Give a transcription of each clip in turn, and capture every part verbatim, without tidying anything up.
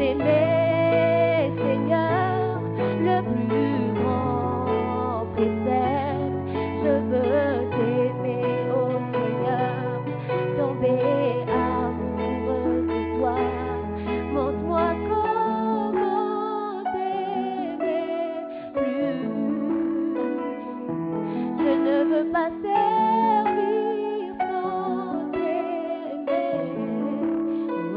T'aimer, Seigneur, le plus grand précepte. Je veux t'aimer, oh Seigneur, tomber amoureux de toi. Montre-moi comment t'aimer plus. Je ne veux pas servir sans t'aimer. Oh.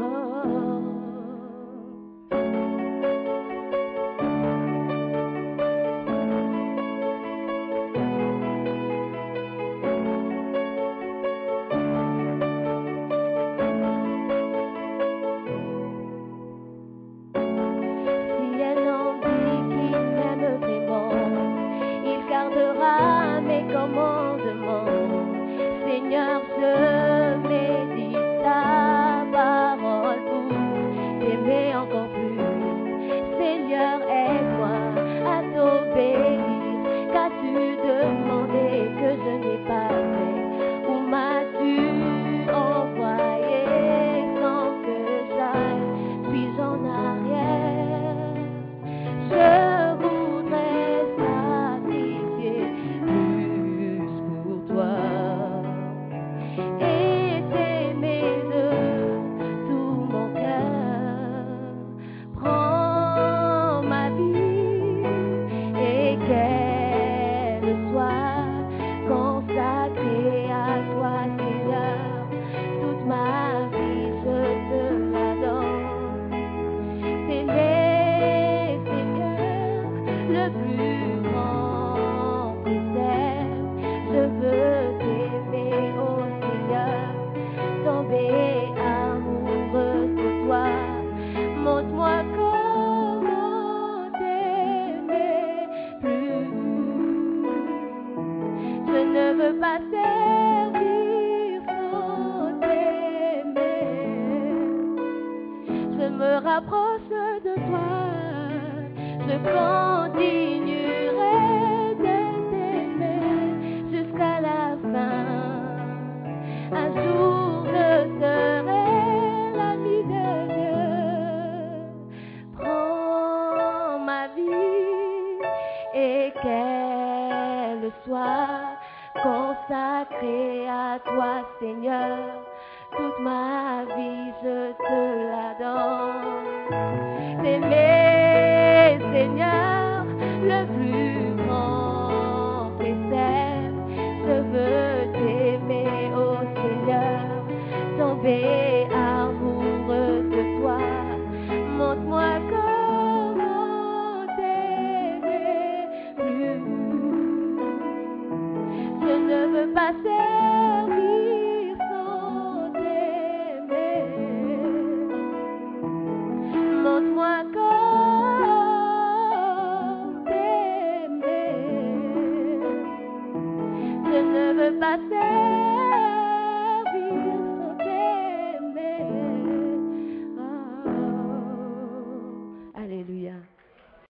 Si un homme dit qu'il m'aime vraiment, il gardera mes commandements. Seigneur, je médite ta parole pour t'aimer encore plus. Seigneur, aide-moi à t'obéir. Qu'as-tu demandé que je n'ai pas fait? Où m'as-tu envoyé sans que j'aille? Suis-je en arrière? Je voudrais sacrifier plus pour toi et t'aimer de tout mon cœur. Prends ma vie et qu'elle soit consacrée à toi, Seigneur. Toute ma vie, je te la donne. T'aimer, Seigneur, le plus grand précepte. Je veux t'aimer, oh Seigneur, tomber amoureux de toi. Montre-moi comment t'aimer plus. Je ne veux pas servir sans t'aimer. Je me rapproche de toi, je continuerai de t'aimer jusqu'à la fin. Un jour je serai l'ami de Dieu. Prends ma vie et qu'elle soit consacrée à toi, Seigneur. Toute ma vie, je te la donne. T'aimer, Seigneur, le plus grand précepte. Je veux t'aimer, oh Seigneur, tomber amoureux de toi. Montre-moi comment t'aimer plus. Je ne veux pas servir sans t'aimer. Montre-moi comment t'aimer. Je ne veux pas servir